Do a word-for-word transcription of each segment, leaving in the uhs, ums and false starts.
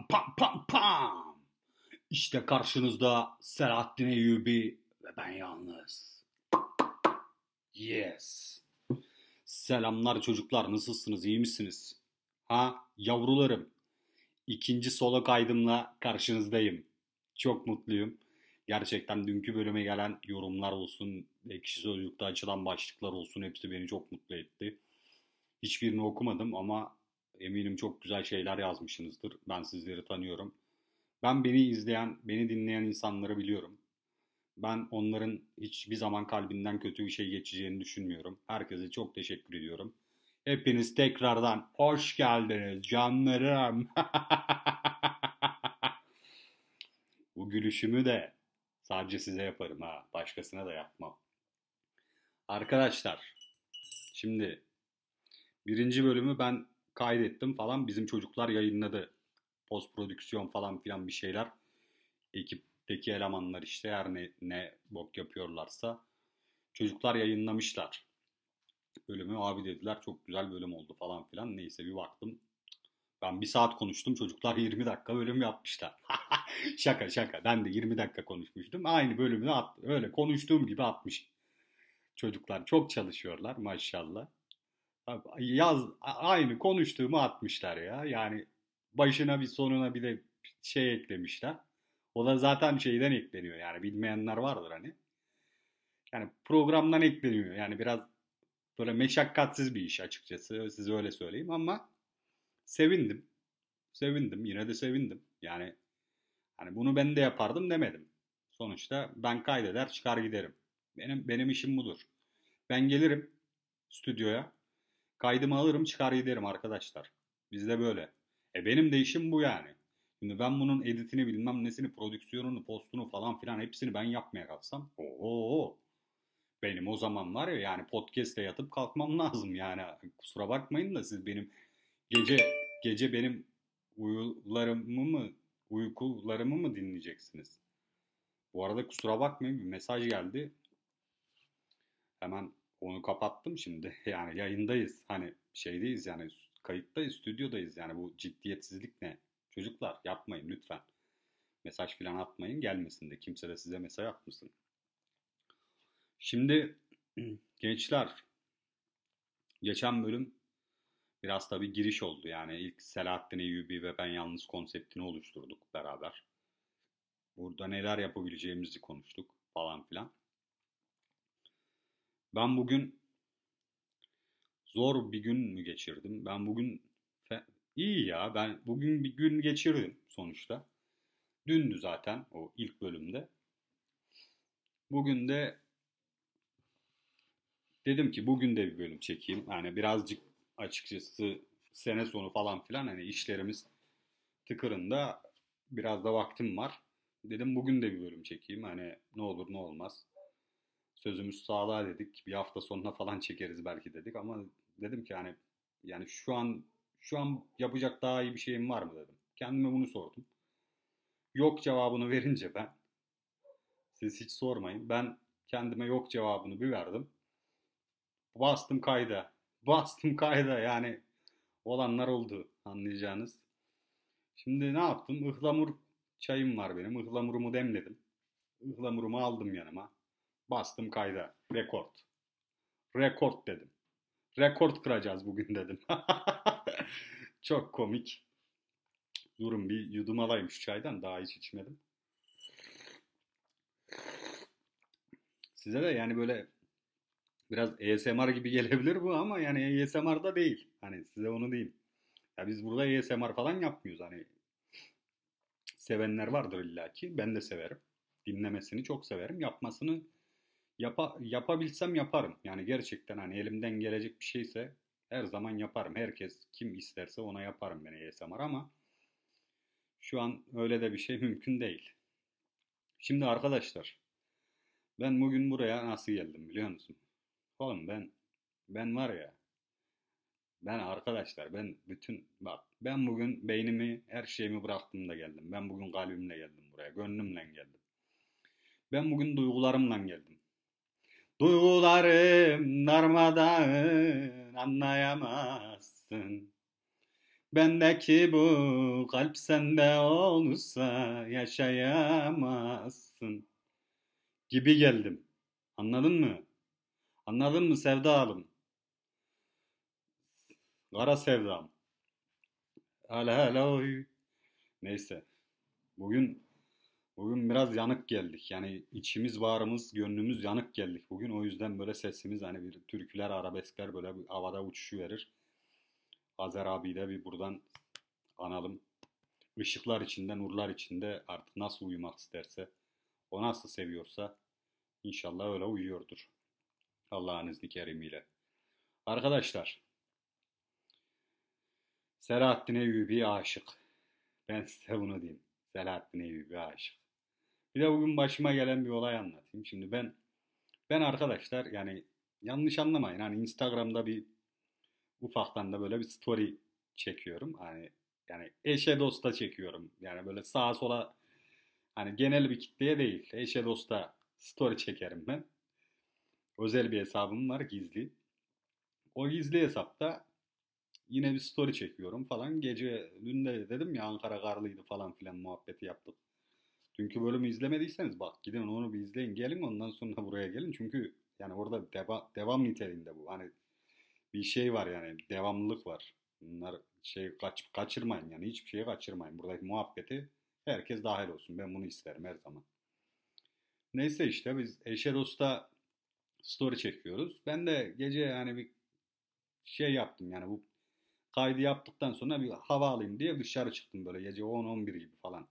pam pam pam. İşte karşınızda Selahattin Eyyubi ve ben yalnız. Yes. Selamlar çocuklar, nasılsınız, iyi misiniz? Ha yavrularım, ikinci solo kaydımla karşınızdayım. Çok mutluyum. Gerçekten dünkü bölüme gelen yorumlar olsun, Ekşi Sözlük'te açılan başlıklar olsun hepsi beni çok mutlu etti. Hiçbirini okumadım ama eminim çok güzel şeyler yazmışsınızdır. Ben sizleri tanıyorum. Ben beni izleyen, beni dinleyen insanları biliyorum. Ben onların hiçbir zaman kalbinden kötü bir şey geçeceğini düşünmüyorum. Herkese çok teşekkür ediyorum. Hepiniz tekrardan hoş geldiniz canlarım. Bu gülüşümü de sadece size yaparım ha. Başkasına da yapmam. Arkadaşlar, şimdi birinci bölümü ben kaydettim falan. Bizim çocuklar yayınladı. Post prodüksiyon falan filan bir şeyler. Ekipteki elemanlar işte her ne, ne bok yapıyorlarsa çocuklar yayınlamışlar bölümü. Abi dediler çok güzel bölüm oldu falan filan. Neyse bir baktım. Ben bir saat konuştum. Çocuklar yirmi dakika bölüm yapmışlar. Şaka şaka. Ben de yirmi dakika konuşmuştum. Aynı bölümü at, öyle konuştuğum gibi atmış. Çocuklar çok çalışıyorlar maşallah. Yaz aynı konuştuğumu atmışlar ya. Yani başına bir sonuna bir de şey eklemişler. O da zaten şeyden ekleniyor. Yani bilmeyenler vardır hani. Yani programdan ekleniyor. Yani biraz böyle meşakkatsiz bir iş açıkçası. Size öyle söyleyeyim ama sevindim. Sevindim. Yine de sevindim. Yani hani bunu ben de yapardım demedim. Sonuçta ben kaydeder çıkar giderim. Benim benim işim budur. Ben gelirim stüdyoya. Kaydımı alırım çıkar giderim arkadaşlar. Bizde böyle. E benim de işim bu yani. Şimdi ben bunun editini bilmem nesini, prodüksiyonunu, postunu falan filan hepsini ben yapmaya kalksam. Oo, benim o zaman var ya yani podcast'te yatıp kalkmam lazım yani. Kusura bakmayın da siz benim gece gece benim uyularımı mı uykularımı mı dinleyeceksiniz? Bu arada kusura bakmayın bir mesaj geldi. Hemen onu kapattım şimdi. Yani yayındayız. Hani şeydeyiz yani kayıttayız, stüdyodayız. Yani bu ciddiyetsizlik ne? Çocuklar yapmayın lütfen. Mesaj falan atmayın gelmesin de. Kimse de size mesaj atmasın. Şimdi gençler geçen bölüm biraz tabii giriş oldu. Yani ilk Selahattin Eyyubi ve ben yalnız konseptini oluşturduk beraber. Burada neler yapabileceğimizi konuştuk falan filan. Ben bugün zor bir gün mü geçirdim? Ben bugün fe- iyi ya. Ben bugün bir gün geçirdim sonuçta. Dündü zaten o ilk bölümde. Bugün de dedim ki bugün de bir bölüm çekeyim. Yani birazcık açıkçası sene sonu falan filan hani işlerimiz tıkırında biraz da vaktim var. Dedim bugün de bir bölüm çekeyim. Hani ne olur ne olmaz. Sözümüz sağlığa dedik. Bir hafta sonuna falan çekeriz belki dedik ama dedim ki hani yani şu an şu an yapacak daha iyi bir şeyim var mı dedim. Kendime bunu sordum. Yok cevabını verince ben siz hiç sormayın. Ben kendime yok cevabını bir verdim. Bastım kayda. Bastım kayda yani olanlar oldu anlayacağınız. Şimdi ne yaptım? Ihlamur çayım var benim. Ihlamurumu demledim. Ihlamurumu aldım yanıma. Bastım kayda. Rekord. Rekord dedim. Rekord kıracağız bugün dedim. Çok komik. Durun bir yudum alayım şu çaydan. Daha hiç içmedim. Size de yani böyle biraz A S M R gibi gelebilir bu ama yani A S M R'da değil. Hani size onu diyeyim. Ya biz burada A S M R falan yapmıyoruz. Hani sevenler vardır illaki. Ben de severim. Dinlemesini çok severim. Yapmasını yapa, yapabilsem yaparım. Yani gerçekten hani elimden gelecek bir şeyse her zaman yaparım. Herkes kim isterse ona yaparım ben A S M R ama şu an öyle de bir şey mümkün değil. Şimdi arkadaşlar ben bugün buraya nasıl geldim biliyor musun? Oğlum ben ben var ya ben arkadaşlar ben bütün bak ben bugün beynimi her şeyimi bıraktım da geldim. Ben bugün kalbimle geldim buraya. Gönlümle geldim. Ben bugün duygularımla geldim. Duygularım darmadağın anlayamazsın. Bendeki bu kalp sende olsa yaşayamazsın gibi geldim. Anladın mı? Anladın mı sevdalım? Kara sevdam. Hala hala oy. Neyse. Bugün bugün biraz yanık geldik. Yani içimiz, bağrımız, gönlümüz yanık geldik bugün. O yüzden böyle sesimiz hani bir türküler, arabeskler böyle bir havada uçuşuverir. Azer abiyi de bir buradan analım. Işıklar içinde, nurlar içinde artık nasıl uyumak isterse, o nasıl seviyorsa inşallah öyle uyuyordur. Allah'ın izni kerimiyle. Arkadaşlar, Selahattin Eyyubi aşık. Ben size bunu diyeyim. Selahattin Eyyubi aşık. Bir de bugün başıma gelen bir olay anlatayım. Şimdi ben ben arkadaşlar yani yanlış anlamayın. Hani Instagram'da bir ufaktan da böyle bir story çekiyorum. Hani yani eşe dosta çekiyorum. Yani böyle sağa sola hani genel bir kitleye değil. Eşe dosta story çekerim ben. Özel bir hesabım var gizli. O gizli hesapta yine bir story çekiyorum falan. Gece dün de dedim ya Ankara karlıydı falan filan muhabbeti yaptık. Dünkü bölümü izlemediyseniz bak gidin onu bir izleyin gelin ondan sonra buraya gelin. Çünkü yani orada deva, devam niteliğinde bu. Hani bir şey var yani devamlılık var. Bunlar şey kaç, kaçırmayın yani hiçbir şeye kaçırmayın. Buradaki muhabbeti herkes dahil olsun. Ben bunu isterim her zaman. Neyse işte biz eşe dosta story çekiyoruz. Ben de gece yani bir şey yaptım yani bu kaydı yaptıktan sonra bir hava alayım diye dışarı çıktım böyle gece on on bir gibi falan.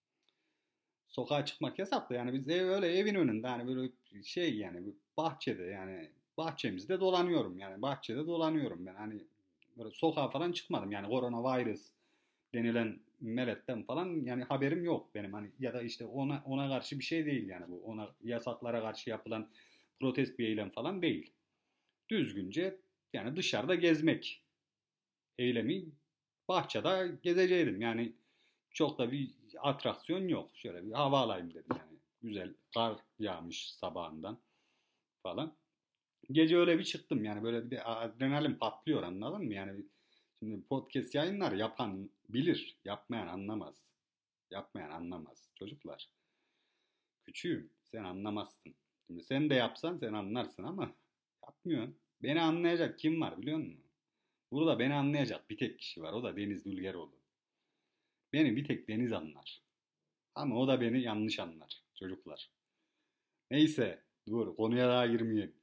Sokağa çıkmak yasak da yani biz ev öyle evin önünde hani böyle şey yani bir bahçede yani bahçemizde dolanıyorum yani bahçede dolanıyorum ben hani böyle sokağa falan çıkmadım yani koronavirüs denilen meletten falan yani haberim yok benim hani ya da işte ona ona karşı bir şey değil yani bu ona yasaklara karşı yapılan protest bir eylem falan değil. Düzgünce yani dışarıda gezmek eylemi bahçede gezeceydim. Yani çok da bir atraksiyon yok. Şöyle bir hava alayım dedim yani. Güzel kar yağmış sabahından falan. Gece öyle bir çıktım yani böyle bir de adrenalin patlıyor anladın mı? Yani şimdi podcast yayınlar yapan bilir, yapmayan anlamaz. Yapmayan anlamaz çocuklar. Küçüğüm, sen anlamazsın. Şimdi sen de yapsan sen anlarsın ama yapmıyorsun. Beni anlayacak kim var biliyor musun? Burada beni anlayacak bir tek kişi var. O da Deniz Dülgeroğlu. Beni bir tek Deniz anlar. Ama o da beni yanlış anlar çocuklar. Neyse dur konuya daha girmeyeyim.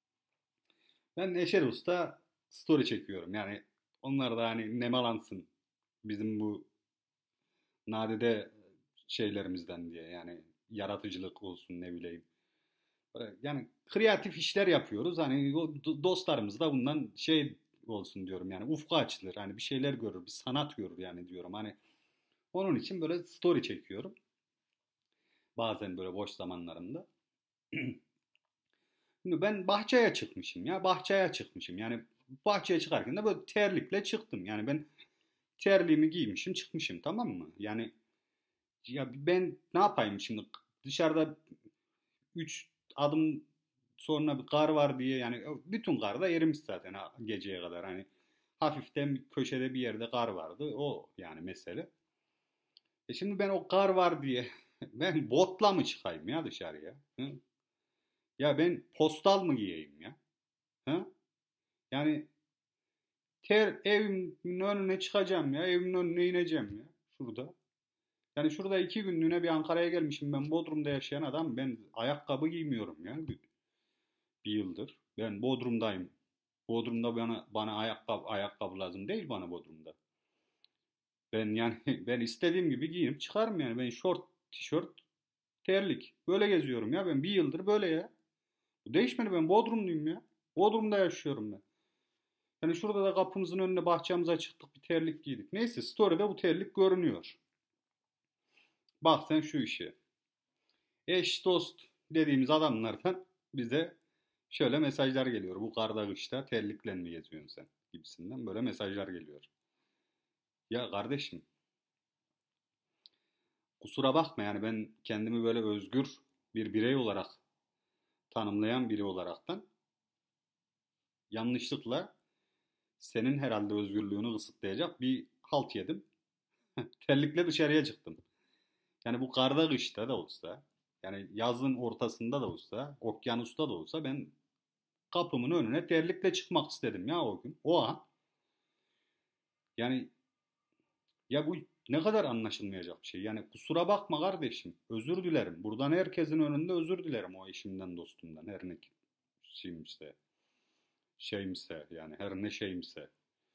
Ben Neşet Usta story çekiyorum. Yani onlar da hani nemalansın bizim bu nadide şeylerimizden diye. Yani yaratıcılık olsun ne bileyim. Böyle yani kreatif işler yapıyoruz. Hani o dostlarımız da bundan şey olsun diyorum. Yani ufku açılır. Hani bir şeyler görür, bir sanat görür yani diyorum. Hani onun için böyle story çekiyorum. Bazen böyle boş zamanlarımda. Şimdi ben bahçeye çıkmışım ya. Bahçeye çıkmışım. Yani bahçeye çıkarken de böyle terlikle çıktım. Yani ben terliğimi giymişim çıkmışım tamam mı? Yani ya ben ne yapayım şimdi dışarıda üç adım sonra bir kar var diye yani bütün kar da erimiş zaten geceye kadar. Hani hafiften bir köşede bir yerde kar vardı. O yani mesele. E şimdi ben o kar var diye ben botla mı çıkayım ya dışarıya? Hı? Ya ben postal mı giyeyim ya? Hı? Yani ter evimin önüne çıkacağım ya. Evimin önüne ineceğim ya. Şurada. Yani şurada iki günlüğüne bir Ankara'ya gelmişim. Ben Bodrum'da yaşayan adam. Ben ayakkabı giymiyorum ya. Bir, bir yıldır. Ben Bodrum'dayım. Bodrum'da bana, bana ayakkabı, ayakkabı lazım değil bana Bodrum'da. Ben yani ben istediğim gibi giyinip çıkarım yani. Ben şort, tişört, terlik. Böyle geziyorum ya. Ben bir yıldır böyle ya. Bu değişmedi ben Bodrumluyum ya. Bodrum'da yaşıyorum ben. Yani şurada da kapımızın önüne bahçemize çıktık bir terlik giydik. Neyse story'de bu terlik görünüyor. Bak sen şu işe. Eş dost dediğimiz adamlardan bize şöyle mesajlar geliyor. Bu karda kışta terlikle mi geziyorsun sen gibisinden böyle mesajlar geliyor. Ya kardeşim kusura bakma yani ben kendimi böyle özgür bir birey olarak tanımlayan biri olaraktan yanlışlıkla senin herhalde özgürlüğünü kısıtlayacak bir halt yedim. Terlikle dışarıya çıktım. Yani bu karda kışta da olsa, yani yazın ortasında da olsa, okyanusta da olsa ben kapımın önüne terlikle çıkmak istedim ya o gün. O an. Yani ya bu ne kadar anlaşılmayacak bir şey. Yani kusura bakma kardeşim. Özür dilerim. Buradan herkesin önünde özür dilerim o eşimden, dostumdan. Her ne şeyimse, şeyimse yani her ne şeyimse.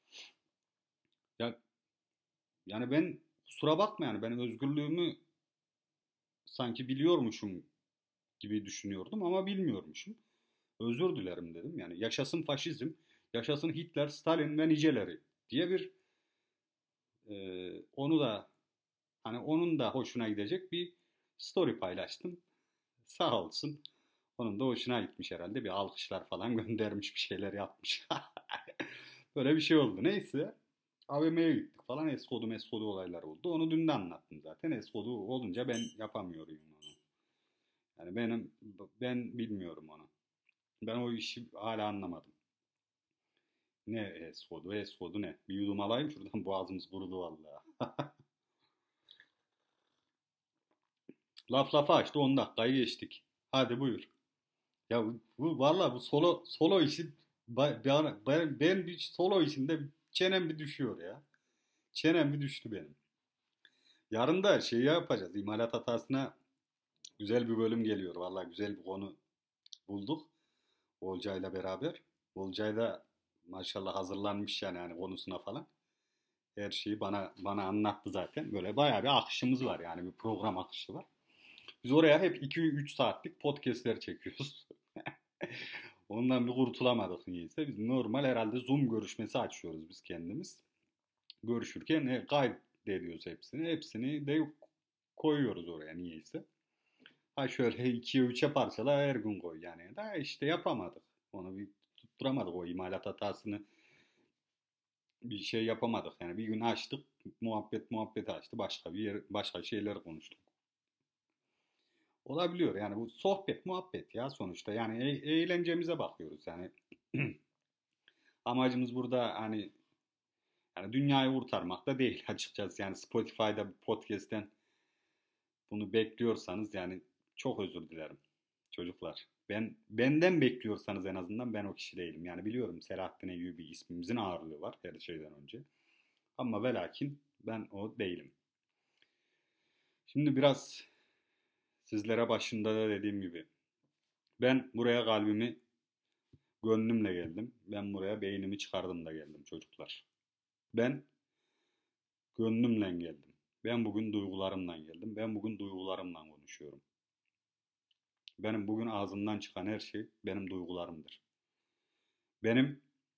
Ya yani ben kusura bakma yani ben özgürlüğümü sanki biliyormuşum gibi düşünüyordum ama bilmiyormuşum. Özür dilerim dedim. Yani yaşasın faşizm, yaşasın Hitler, Stalin ve niceleri diye bir e, onu da hani onun da hoşuna gidecek bir story paylaştım. Sağ olsun. Onun da hoşuna gitmiş herhalde. Bir alkışlar falan göndermiş bir şeyler yapmış. Böyle bir şey oldu. Neyse. A V M'ye gittik falan. Eskodu meskodu olaylar oldu. Onu dün de anlattım zaten. Eskodu olunca ben yapamıyorum onu. Yani benim ben bilmiyorum onu. Ben o işi hala anlamadım. Ne eskodu, eskodu ne? Bir yudum alayım şuradan boğazımız kurudu vallahi. Laf lafa açtı on dakikayı geçtik. Hadi buyur. Ya bu, bu valla bu solo solo işi ba- ben, ben, ben bir solo işinde çenem bir düşüyor ya. Çenem bir düştü benim. Yarın da şey yapacağız. İmalat hatasına güzel bir bölüm geliyor. Valla güzel bir konu bulduk. Olcay'la beraber. Olcay da maşallah hazırlanmış yani, yani konusuna falan. Her şeyi bana bana anlattı zaten. Böyle bayağı bir akışımız var yani bir program akışı var. Biz oraya hep iki üç saatlik podcastler çekiyoruz. Ondan bir kurtulamadık niyeyse. Biz normal herhalde Zoom görüşmesi açıyoruz biz kendimiz. Görüşürken e, kaydediyoruz hepsini. Hepsini de koyuyoruz oraya niyeyse. Ha şöyle ikiye üçe parçala her gün koy yani. Da işte yapamadık. Onu bir tutturamadık o imalat hatasını bir şey yapamadık. Yani bir gün açtık muhabbet muhabbet açtı başka bir yer başka şeyler konuştuk. Olabiliyor yani bu sohbet muhabbet ya sonuçta yani e- eğlencemize bakıyoruz yani. Amacımız burada hani yani dünyayı kurtarmak da değil açıkçası. Yani Spotify'da bir podcast'ten bunu bekliyorsanız yani çok özür dilerim çocuklar. Ben benden bekliyorsanız en azından ben o kişi değilim. Yani biliyorum Selahattin Eyyubi ismimizin ağırlığı var her şeyden önce. Ama ve lakin ben o değilim. Şimdi biraz sizlere başında da dediğim gibi ben buraya kalbimi gönlümle geldim. Ben buraya beynimi çıkardım da geldim çocuklar. Ben gönlümle geldim. Ben bugün duygularımla geldim. Ben bugün duygularımla konuşuyorum. Benim bugün ağzımdan çıkan her şey benim duygularımdır. Benim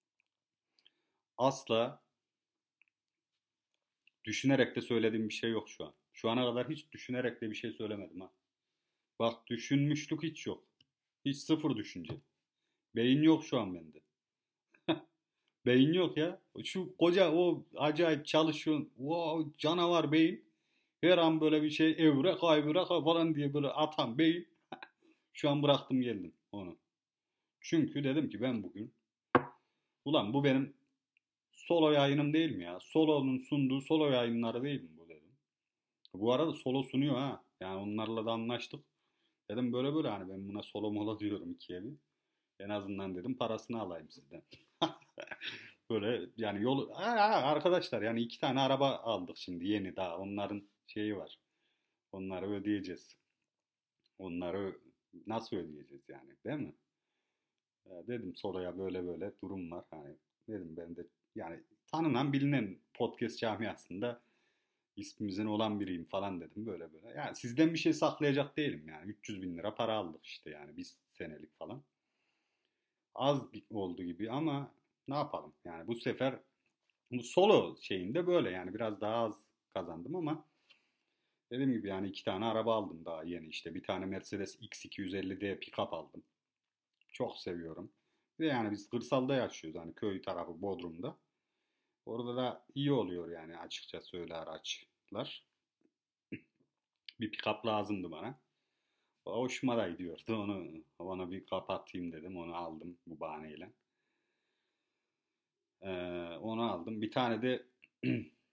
asla düşünerek de söylediğim bir şey yok şu an. Şu ana kadar hiç düşünerek de bir şey söylemedim ha. Bak düşünmüşlük hiç yok. Hiç sıfır düşünce. Beyin yok şu an bende. Beyin yok ya. Şu koca o acayip çalışıyor. O canavar beyin. Her an böyle bir şey evreka evreka falan diye böyle atan beyin. Şu an bıraktım geldim onu. Çünkü dedim ki ben bugün ulan bu benim solo yayınım değil mi ya? Solo'nun sunduğu solo yayınları değil mi bu dedim. Bu arada solo sunuyor ha. Yani onlarla da anlaştık. Dedim böyle böyle hani ben buna solo mola diyorum ikiye bir. En azından dedim parasını alayım sizden. Böyle yani yol ha, ha, arkadaşlar yani iki tane araba aldık şimdi yeni daha onların şeyi var. Onları ödeyeceğiz. Onları nasıl ödeyeceğiz yani değil mi? Ya dedim Solo'ya böyle böyle durum var. Hani dedim ben de yani tanınan bilinen podcast camiasında ismimizin olan biriyim falan dedim böyle böyle. Yani sizden bir şey saklayacak değilim yani. üç yüz bin lira para aldık işte yani biz senelik falan. Az oldu gibi ama ne yapalım yani bu sefer bu solo şeyinde böyle yani biraz daha az kazandım ama dediğim gibi yani iki tane araba aldım daha yeni işte bir tane Mercedes X iki yüz elli D pick-up aldım. Çok seviyorum. Bir de yani biz kırsalda yaşıyoruz hani köy tarafı Bodrum'da. Orada da iyi oluyor yani açıkçası öyle araçlar. Bir pick-up lazımdı bana. O hoşuma da gidiyordu. Onu ona bir kapatayım dedim. Onu aldım bu bahaneyle. Ee, onu aldım. Bir tane de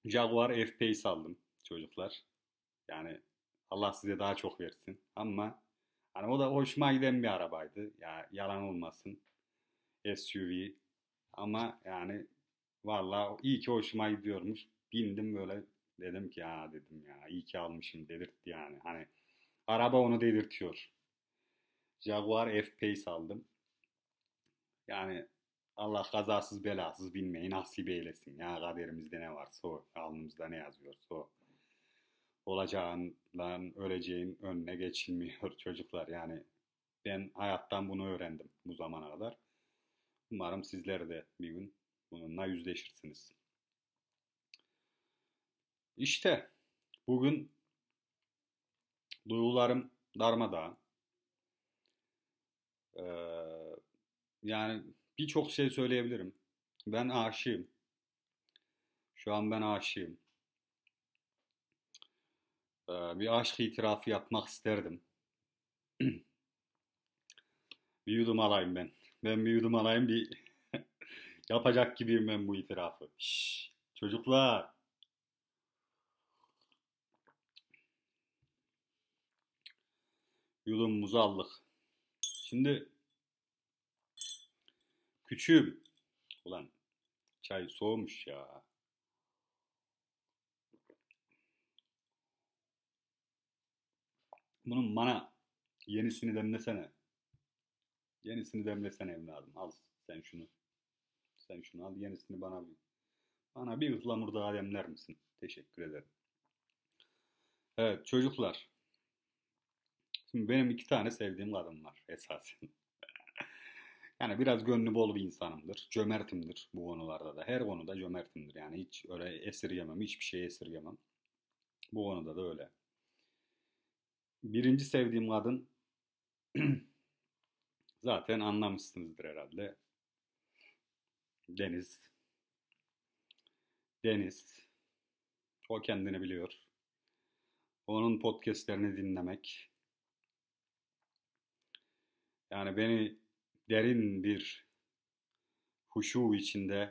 Jaguar F-Pace aldım çocuklar. Yani Allah size daha çok versin. Ama hani o da hoşuma giden bir arabaydı. Ya yalan olmasın. S U V. Ama yani vallahi iyi ki hoşuma gidiyormuş. Bindim böyle, dedim ki ya, dedim ya iyi ki almışım dedirtti yani. Hani araba onu dedirtiyor. Jaguar F-Pace aldım. Yani Allah kazasız belasız binmeyi nasip eylesin. Ya kaderimizde ne varsa o, alnımızda ne yazıyorsa o. Olacağından öleceğin önüne geçilmiyor çocuklar. Yani ben hayattan bunu öğrendim bu zamana kadar. Umarım sizler de bir gün bununla yüzleşirsiniz. İşte bugün duygularım darmadağın. Ee, yani birçok şey söyleyebilirim. Ben aşığım. Şu an ben aşığım. Ee, bir aşk itirafı yapmak isterdim. Bir yudum alayım ben. Ben bir yudum alayım, bir yapacak gibiyim ben bu itirafı. Şşş, çocuklar. Yudumumuzu aldık. Şimdi küçüğüm. Ulan çay soğumuş ya. Bunun bana yenisini demlesene. Yenisini demlesene evladım. Al sen şunu. Sen şunu al. Yenisini bana bir. Bana bir ıhlamur daha demler misin? Teşekkür ederim. Evet çocuklar. Şimdi benim iki tane sevdiğim kadın var esasen. Yani biraz gönlü bol bir insanımdır. Cömertimdir bu konularda da. Her konuda cömertimdir. Yani hiç öyle esirgemem. Hiçbir şey esirgemem. Bu konuda da öyle. Birinci sevdiğim kadın zaten anlamışsınızdır herhalde. Deniz. Deniz. O kendini biliyor. Onun podcastlerini dinlemek. Yani beni derin bir huşu içinde,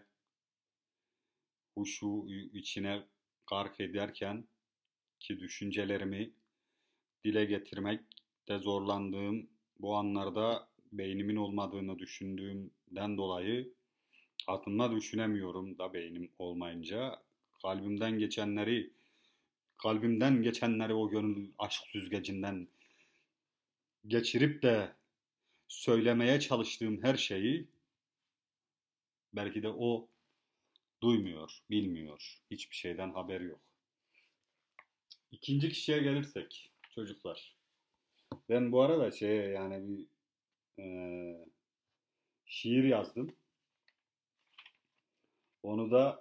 huşu içine gark ederken ki düşüncelerimi dile getirmekte zorlandığım bu anlarda beynimin olmadığını düşündüğümden dolayı aklımda düşünemiyorum da, beynim olmayınca kalbimden geçenleri kalbimden geçenleri o gönül aşk süzgecinden geçirip de söylemeye çalıştığım her şeyi belki de o duymuyor, bilmiyor. Hiçbir şeyden haberi yok. İkinci kişiye gelirsek çocuklar. Ben bu arada şey yani bir e, şiir yazdım. Onu da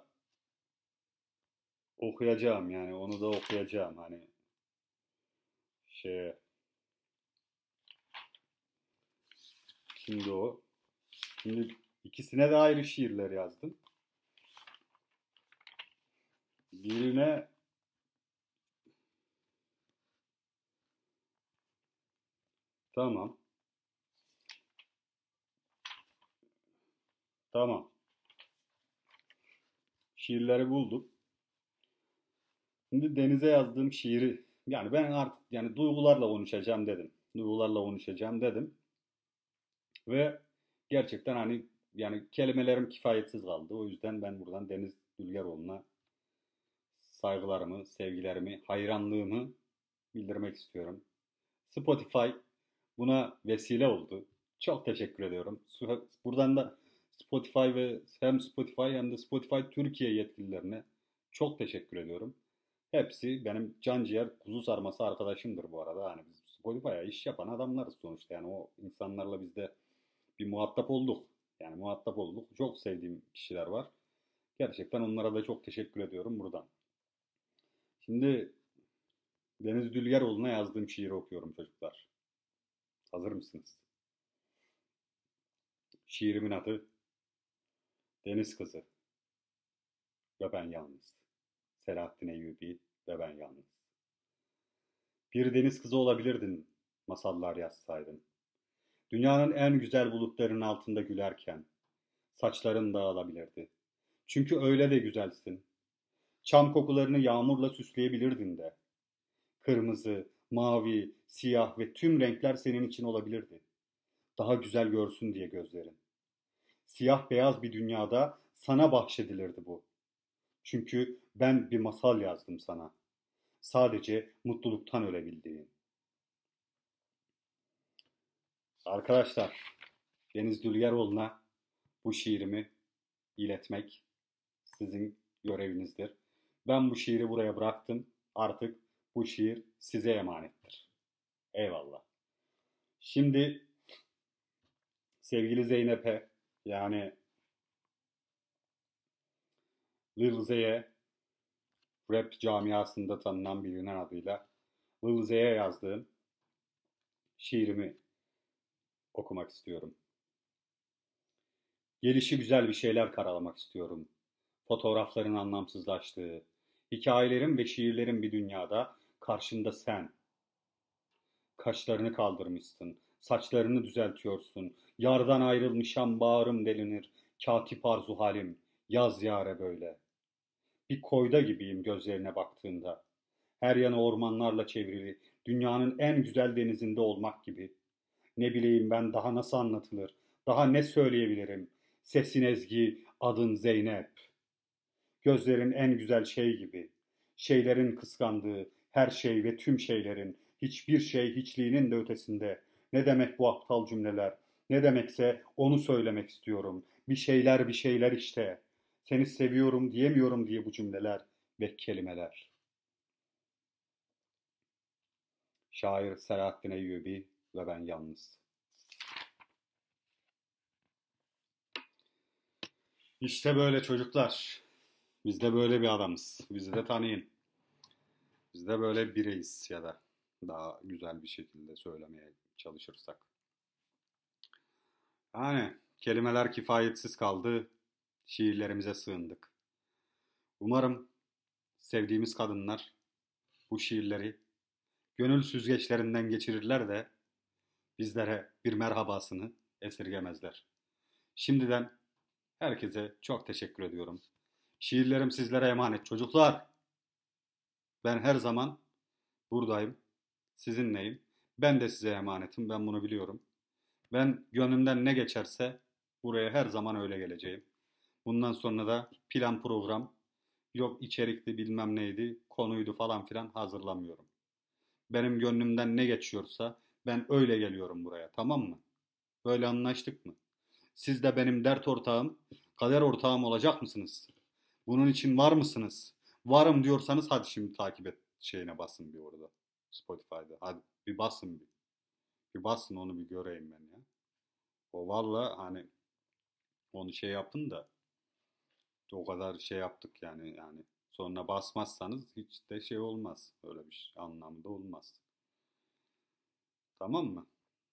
okuyacağım, yani onu da okuyacağım hani şey, kimdi o? Şimdi ikisine de ayrı şiirler yazdım. Birine tamam, tamam. Şiirleri buldum. Şimdi Deniz'e yazdığım şiiri, yani ben artık yani duygularla konuşacağım dedim. Duygularla konuşacağım dedim. Ve gerçekten hani yani kelimelerim kifayetsiz kaldı. O yüzden ben buradan Deniz Dülgeroğlu'na saygılarımı, sevgilerimi, hayranlığımı bildirmek istiyorum. Spotify buna vesile oldu. Çok teşekkür ediyorum. Buradan da Spotify ve hem Spotify hem de Spotify Türkiye yetkililerine çok teşekkür ediyorum. Hepsi benim canciğer kuzu sarması arkadaşımdır bu arada. Hani biz Spotify'a iş yapan adamlarız sonuçta. Yani o insanlarla biz de bir muhatap olduk. Yani muhatap olduk. Çok sevdiğim kişiler var. Gerçekten onlara da çok teşekkür ediyorum buradan. Şimdi Deniz Dülgeroğlu'na yazdığım şiiri okuyorum çocuklar. Hazır mısınız? Şiirimin adı Deniz Kızı ve ben yalnız. Selahattin Eyyubi ve ben yalnız. Bir deniz kızı olabilirdin masallar yazsaydın. Dünyanın en güzel bulutlarının altında gülerken saçların dağılabilirdi. Çünkü öyle de güzelsin. Çam kokularını yağmurla süsleyebilirdin de. Kırmızı, mavi, siyah ve tüm renkler senin için olabilirdi. Daha güzel görsün diye gözlerin. Siyah beyaz bir dünyada sana bahşedilirdi bu. Çünkü ben bir masal yazdım sana. Sadece mutluluktan ölebildiğin. Arkadaşlar, Deniz Dülgeroğlu'na bu şiirimi iletmek sizin görevinizdir. Ben bu şiiri buraya bıraktım. Artık bu şiir size emanettir. Eyvallah. Şimdi sevgili Zeynep'e, yani Lil Z'ye, rap camiasında tanınan bilinen adıyla Lil Z'ye yazdığım şiirimi okumak istiyorum. Gelişi güzel bir şeyler karalamak istiyorum. Fotoğrafların anlamsızlaştığı, hikayelerin ve şiirlerin bir dünyada karşında sen. Kaşlarını kaldırmışsın, saçlarını düzeltiyorsun. Yardan ayrılmışam bağrım delinir, katip arzu halim, yaz yâre böyle. Bir koyda gibiyim gözlerine baktığında. Her yanı ormanlarla çevrili, dünyanın en güzel denizinde olmak gibi. Ne bileyim ben daha nasıl anlatılır, daha ne söyleyebilirim. Sesin ezgi, adın Zeynep. Gözlerin en güzel şey gibi. Şeylerin kıskandığı, her şey ve tüm şeylerin, hiçbir şey hiçliğinin de ötesinde. Ne demek bu aptal cümleler? Ne demekse onu söylemek istiyorum. Bir şeyler bir şeyler işte. Seni seviyorum diyemiyorum diye bu cümleler ve kelimeler. Şair Selahattin Eyyubi ve ben yalnız. İşte böyle çocuklar. Biz de böyle bir adamız. Bizi de tanıyın. Biz de böyle bireyiz ya da daha güzel bir şekilde söylemeye çalışırsak. Yani kelimeler kifayetsiz kaldı. Şiirlerimize sığındık. Umarım sevdiğimiz kadınlar bu şiirleri gönül süzgeçlerinden geçirirler de bizlere bir merhabasını esirgemezler. Şimdiden herkese çok teşekkür ediyorum. Şiirlerim sizlere emanet çocuklar. Ben her zaman buradayım. Sizinleyim. Ben de size emanetim. Ben bunu biliyorum. Ben gönlümden ne geçerse buraya her zaman öyle geleceğim. Bundan sonra da plan program yok içerikli bilmem neydi konuydu falan filan hazırlamıyorum. Benim gönlümden ne geçiyorsa ben öyle geliyorum buraya, tamam mı? Böyle anlaştık mı? Siz de benim dert ortağım, kader ortağım olacak mısınız? Bunun için var mısınız? Varım diyorsanız hadi şimdi takip et şeyine basın bir orada. Spotify'da. Hadi bir basın bir. Bir basın onu bir göreyim ben ya. O valla hani onu şey yapın da o kadar şey yaptık yani yani sonra basmazsanız hiç de şey olmaz. Öyle bir şey, anlamda olmaz. Tamam mı?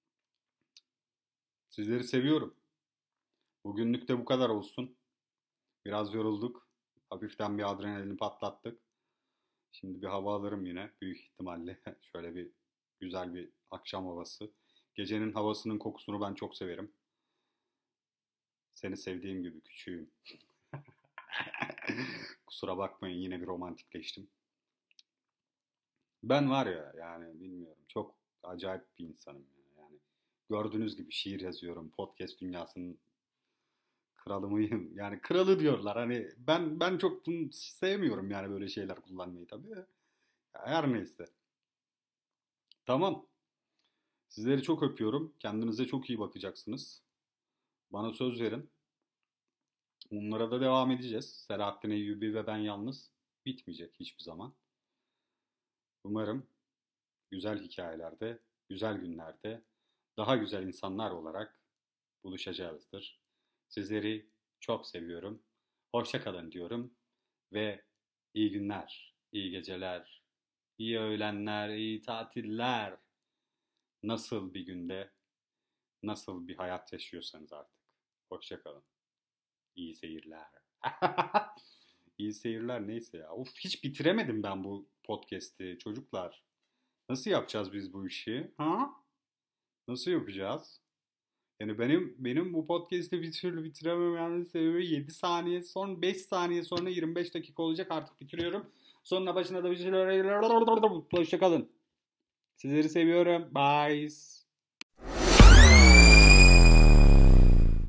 Sizleri seviyorum. Bugünlük de bu kadar olsun. Biraz yorulduk. Hafiften bir adrenalin patlattık. Şimdi bir hava alırım yine büyük ihtimalle. Şöyle bir güzel bir akşam havası. Gecenin havasının kokusunu ben çok severim. Seni sevdiğim gibi küçüğüm. Kusura bakmayın yine bir romantikleştim. Ben var ya yani bilmiyorum çok acayip bir insanım ya. Yani gördüğünüz gibi şiir yazıyorum. Podcast dünyasının kralı mıyım? Yani kralı diyorlar. Hani ben ben çok bunu sevmiyorum yani böyle şeyler kullanmayı tabii. Ya her neyse. Tamam. Sizleri çok öpüyorum. Kendinize çok iyi bakacaksınız. Bana söz verin. Bunlara da devam edeceğiz. Selahattin Eyyubi ve ben yalnız bitmeyecek hiçbir zaman. Umarım güzel hikayelerde, güzel günlerde daha güzel insanlar olarak buluşacağızdır. Sizleri çok seviyorum. Hoşça kalın diyorum ve iyi günler, iyi geceler, iyi öğlenler, iyi tatiller. Nasıl bir günde, nasıl bir hayat yaşıyorsanız artık. Hoşça kalın. İyi seyirler. İyi seyirler neyse ya. Of hiç bitiremedim ben bu podcast'i çocuklar. Nasıl yapacağız biz bu işi? Ha? Nasıl yapacağız? Yani benim benim bu podcast'i bir türlü bitiremememin sebebi yedi saniye son beş saniye sonra yirmi beş dakika olacak, artık bitiriyorum. Sonuna başına da bir şeyler. Hoşçakalın. Sizleri seviyorum. Bye.